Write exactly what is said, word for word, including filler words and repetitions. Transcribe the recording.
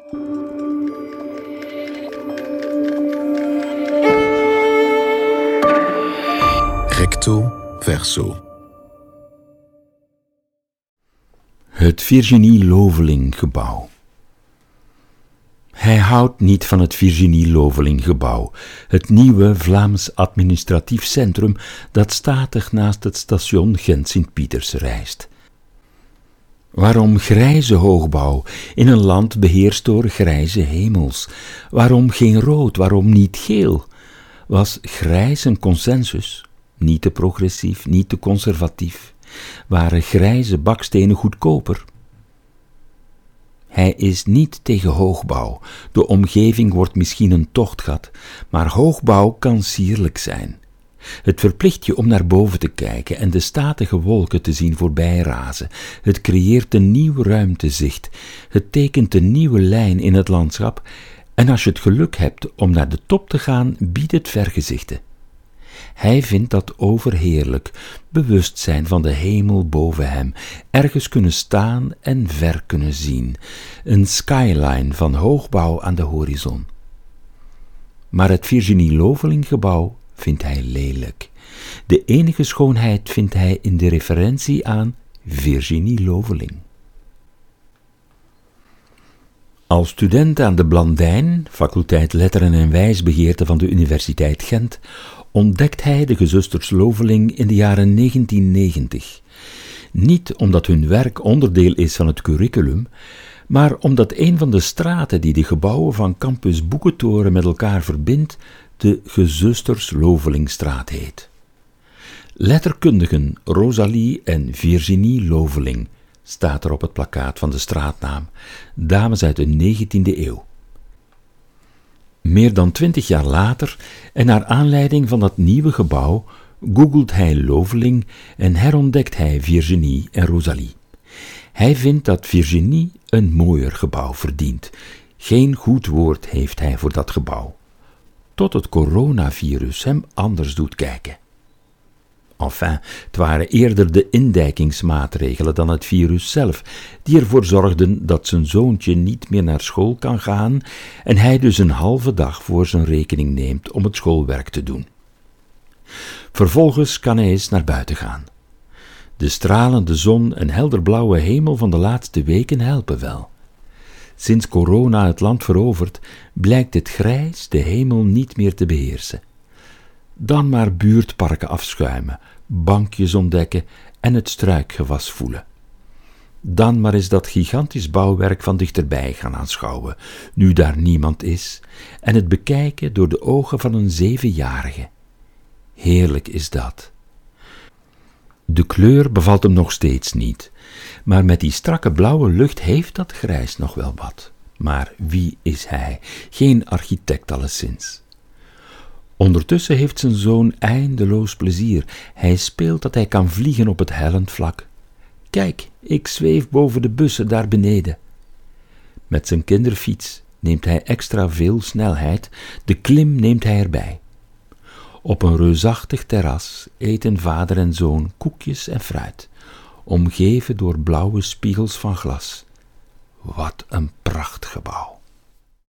Recto verso. Het Virginie Loveling gebouw. Hij houdt niet van het Virginie Loveling gebouw, het nieuwe Vlaams administratief centrum dat statig naast het station Gent-Sint-Pieters rijst. Waarom grijze hoogbouw in een land beheerst door grijze hemels? Waarom geen rood, waarom niet geel? Was grijs een consensus? Niet te progressief, niet te conservatief. Waren grijze bakstenen goedkoper? Hij is niet tegen hoogbouw. De omgeving wordt misschien een tochtgat, maar hoogbouw kan sierlijk zijn. Het verplicht je om naar boven te kijken en de statige wolken te zien voorbijrazen. Het creëert een nieuw ruimtezicht. Het tekent een nieuwe lijn in het landschap en als je het geluk hebt om naar de top te gaan, biedt het vergezichten. Hij vindt dat overheerlijk, bewustzijn van de hemel boven hem, ergens kunnen staan en ver kunnen zien, een skyline van hoogbouw aan de horizon. Maar het Virginie Loveling gebouw vindt hij lelijk. De enige schoonheid vindt hij in de referentie aan Virginie Loveling. Als student aan de Blandijn, faculteit Letteren en Wijsbegeerte van de Universiteit Gent, ontdekt hij de gezusters Loveling in de jaren negentien negentig. Niet omdat hun werk onderdeel is van het curriculum, maar omdat een van de straten die de gebouwen van campus Boekentoren met elkaar verbindt, de Gezusters Lovelingstraat heet. Letterkundigen Rosalie en Virginie Loveling staat er op het plakkaat van de straatnaam, dames uit de negentiende eeuw. Meer dan twintig jaar later, en naar aanleiding van dat nieuwe gebouw, googelt hij Loveling en herontdekt hij Virginie en Rosalie. Hij vindt dat Virginie een mooier gebouw verdient. Geen goed woord heeft hij voor dat gebouw. Tot het coronavirus hem anders doet kijken. Enfin, het waren eerder de indijkingsmaatregelen dan het virus zelf, die ervoor zorgden dat zijn zoontje niet meer naar school kan gaan en hij dus een halve dag voor zijn rekening neemt om het schoolwerk te doen. Vervolgens kan hij eens naar buiten gaan. De stralende zon en helderblauwe hemel van de laatste weken helpen wel. Sinds corona het land verovert, blijkt het grijs de hemel niet meer te beheersen. Dan maar buurtparken afschuimen, bankjes ontdekken en het struikgewas voelen. Dan maar eens dat gigantisch bouwwerk van dichterbij gaan aanschouwen, nu daar niemand is, en het bekijken door de ogen van een zevenjarige. Heerlijk is dat. De kleur bevalt hem nog steeds niet, maar met die strakke blauwe lucht heeft dat grijs nog wel wat. Maar wie is hij? Geen architect alleszins. Ondertussen heeft zijn zoon eindeloos plezier. Hij speelt dat hij kan vliegen op het hellend vlak. Kijk, ik zweef boven de bussen daar beneden. Met zijn kinderfiets neemt hij extra veel snelheid, de klim neemt hij erbij. Op een reusachtig terras eten vader en zoon koekjes en fruit, omgeven door blauwe spiegels van glas. Wat een prachtgebouw.